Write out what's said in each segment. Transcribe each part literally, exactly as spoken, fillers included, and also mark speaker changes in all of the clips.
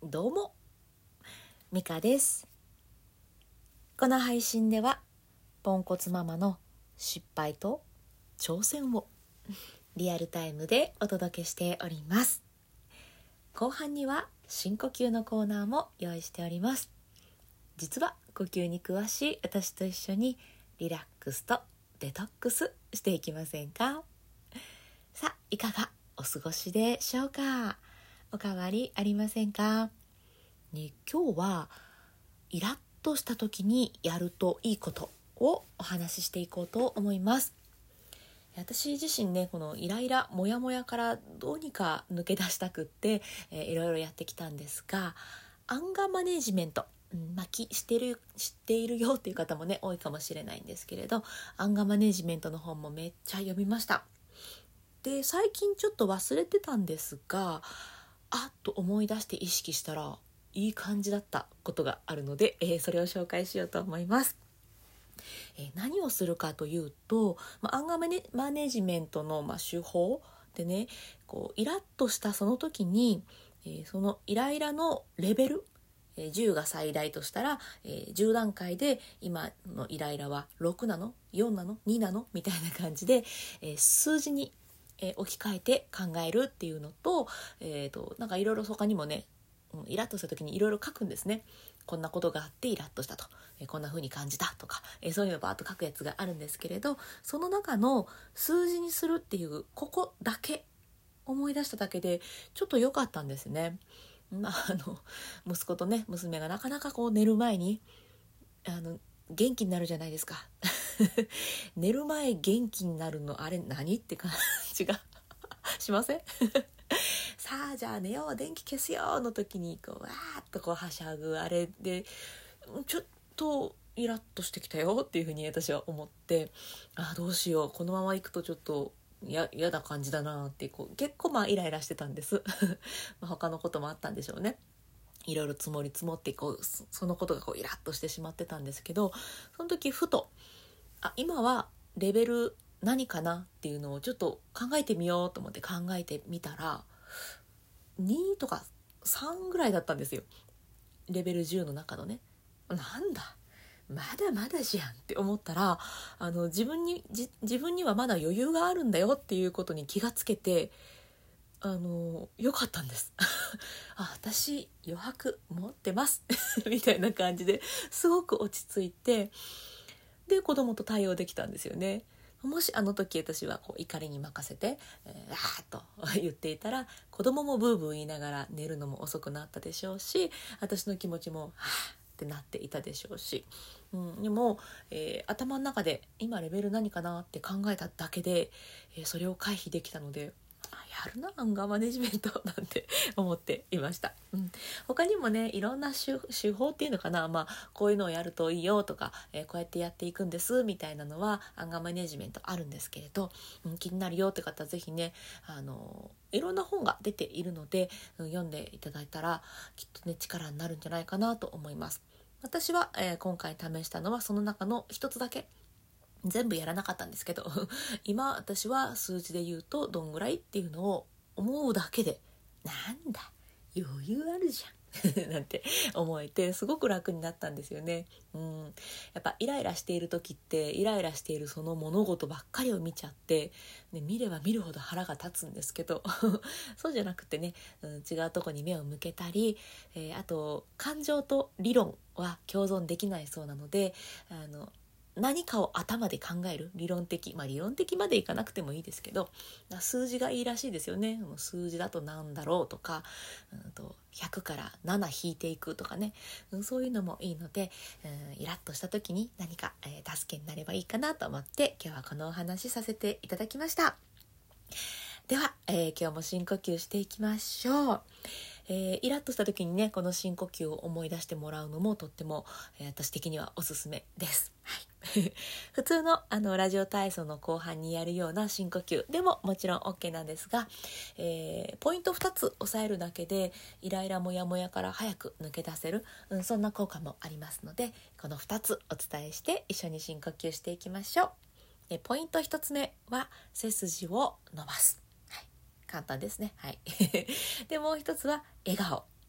Speaker 1: どうも、ミカです。この配信ではポンコツママの失敗と挑戦をリアルタイムでお届けしております。後半には深呼吸のコーナーも用意しております。実は呼吸に詳しい私と一緒にリラックスとデトックスしていきませんか？さあ、いかがお過ごしでしょうか？おかわりありませんか？ね、今日はイラッとした時にやるといいことをお話ししていこうと思います。私自身ね、このイライラモヤモヤからどうにか抜け出したくって、えー、いろいろやってきたんですが、アンガーマネジメント、うん、まあ、知ってる知っているよっていう方もね多いかもしれないんですけれど、アンガーマネジメントの本もめっちゃ読みました。で、最近ちょっと忘れてたんですが、あっと思い出して意識したらいい感じだったことがあるので、えー、それを紹介しようと思います。えー、何をするかというと、まあ、アンガーマネ、マネジメントの、まあ、手法でね、こうイラッとしたその時に、えー、そのイライラのレベル、えー、じゅうが最大としたら、えー、じゅう段階で今のイライラはろくなのよんなのになのみたいな感じで、えー、数字に、えー、置き換えて考えるっていうのと、えーと、なんかいろいろ他にもね、イラッとした時にいろいろ書くんですね。こんなことがあってイラッとしたと、えこんな風に感じたとか、えそういうのをバーッと書くやつがあるんですけれど、その中の数字にするっていうここだけ思い出しただけでちょっと良かったんですね。まあ、あの息子とね娘がなかなかこう寝る前にあの元気になるじゃないですか寝る前元気になるのあれ何って感じがしませんさあじゃあ寝よう電気消すよの時にこうわーっとこうはしゃぐあれでちょっとイラッとしてきたよっていうふうに私は思って、あどうしようこのままいくとちょっとや嫌な感じだなってこう結構まあイライラしてたんですまあ他のこともあったんでしょうね。いろいろ積もり積もってこうそのことがこうイラッとしてしまってたんですけど、その時ふとあ今はレベル何かなっていうのをちょっと考えてみようと思って考えてみたらにとかさんぐらいだったんですよ。レベルじゅうの中のね。なんだまだまだじゃんって思ったら、あの自分にじ自分にはまだ余裕があるんだよっていうことに気がつけて、あのよかったんですあ私余白持ってますみたいな感じですごく落ち着いて、で子供と対応できたんですよね。もしあの時私はこう怒りに任せて、えー、あーっと言っていたら子供もブーブー言いながら寝るのも遅くなったでしょうし、私の気持ちもはーってなっていたでしょうし、うん、でも、えー、頭の中で今レベル何かなって考えただけで、えー、それを回避できたので、やるなアンガーマネジメントなんて思っていました、うん、他にもねいろんな手、手法っていうのかな、まあ、こういうのをやるといいよとか、えー、こうやってやっていくんですみたいなのはアンガーマネジメントあるんですけれど、うん、気になるよって方はぜひね、あのいろんな本が出ているので、うん、読んでいただいたらきっとね力になるんじゃないかなと思います。私は、えー、今回試したのはその中の一つだけ、全部やらなかったんですけど今私は数字で言うとどんぐらいっていうのを思うだけで、なんだ余裕あるじゃんなんて思えてすごく楽になったんですよね。うん、やっぱイライラしている時ってイライラしているその物事ばっかりを見ちゃって、ね、見れば見るほど腹が立つんですけどそうじゃなくてね、うん、違うとこに目を向けたり、えー、あと感情と理論は共存できないそうなので、あの何かを頭で考える理論的、まあ理論的までいかなくてもいいですけど、数字がいいらしいですよね。数字だとなんだろうとか、うんとひゃくからなな引いていくとかね、そういうのもいいので、うん、イラッとした時に何か、えー、助けになればいいかなと思って今日はこのお話させていただきました。では、えー、今日も深呼吸していきましょう。えー、イラッとした時にねこの深呼吸を思い出してもらうのもとっても、えー、私的にはおすすめです、はい、普通の、あのラジオ体操の後半にやるような深呼吸でももちろん OK なんですが、えー、ポイントふたつ押さえるだけでイライラモヤモヤから早く抜け出せる、うん、そんな効果もありますので、このふたつお伝えして一緒に深呼吸していきましょう。えポイントひとつめは背筋を伸ばす、簡単ですね、はいでもう一つは笑顔、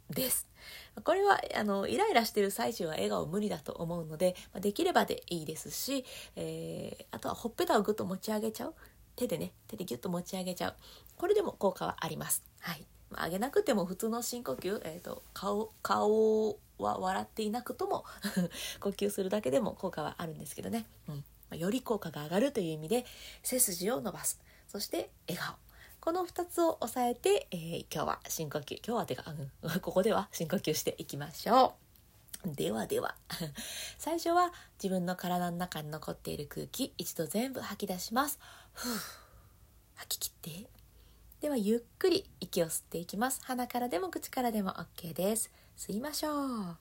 Speaker 1: です。これはあのイライラしてる最中は笑顔無理だと思うので、できればでいいですし、えー、あとはほっぺたをぐっと持ち上げちゃう、手でね手でギュッと持ち上げちゃう、これでも効果はあります。はい、上げなくても普通の深呼吸、えーと、顔顔は笑っていなくとも呼吸するだけでも効果はあるんですけどね、うん、より効果が上がるという意味で背筋を伸ばす、そして笑顔、このふたつを押さえて、えー、今日は深呼吸、今日はてか、うん、ここでは深呼吸していきましょう。ではでは最初は自分の体の中に残っている空気一度全部吐き出します。ふう、吐き切って、ではゆっくり息を吸っていきます。鼻からでも口からでも OK です。吸いましょう。はい、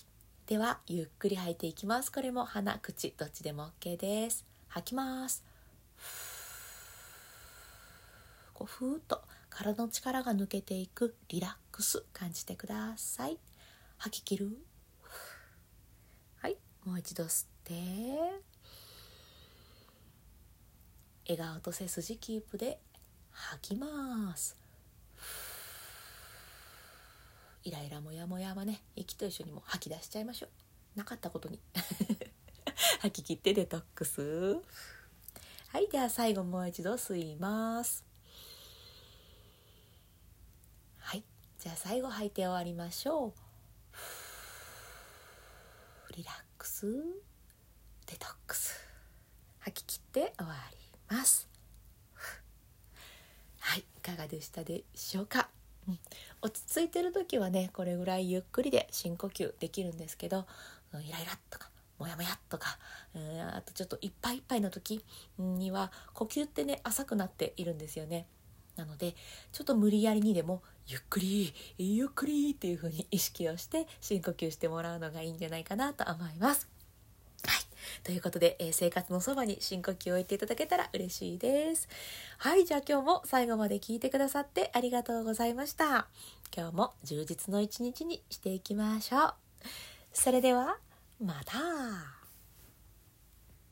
Speaker 1: ではゆっくり吐いていきます。これも鼻口どっちでも OK です。吐きます。こうふーっと体の力が抜けていくリラックス感じてください。吐き切る。はい、もう一度吸って、笑顔と背筋キープで吐きます。イライラもやもやはね、息と一緒にも吐き出しちゃいましょう。なかったことに吐き切ってデトックス。はい、では最後もう一度吸います。はい、じゃあ最後吐いて終わりましょう。リラックス、デトックス、吐き切って終わります。はい、いかがでしたでしょうか。うん、落ち着いてる時はねこれぐらいゆっくりで深呼吸できるんですけど、イライラとかモヤモヤとか、うん、あとちょっといっぱいいっぱいの時には呼吸ってね浅くなっているんですよね。なのでちょっと無理やりにでもゆっくりゆっくりっていう風に意識をして深呼吸してもらうのがいいんじゃないかなと思います。はい、ということで、えー、生活のそばに深呼吸を置いていただけたら嬉しいです。はい、じゃあ今日も最後まで聞いてくださってありがとうございました。今日も充実の一日にしていきましょう。それではまた。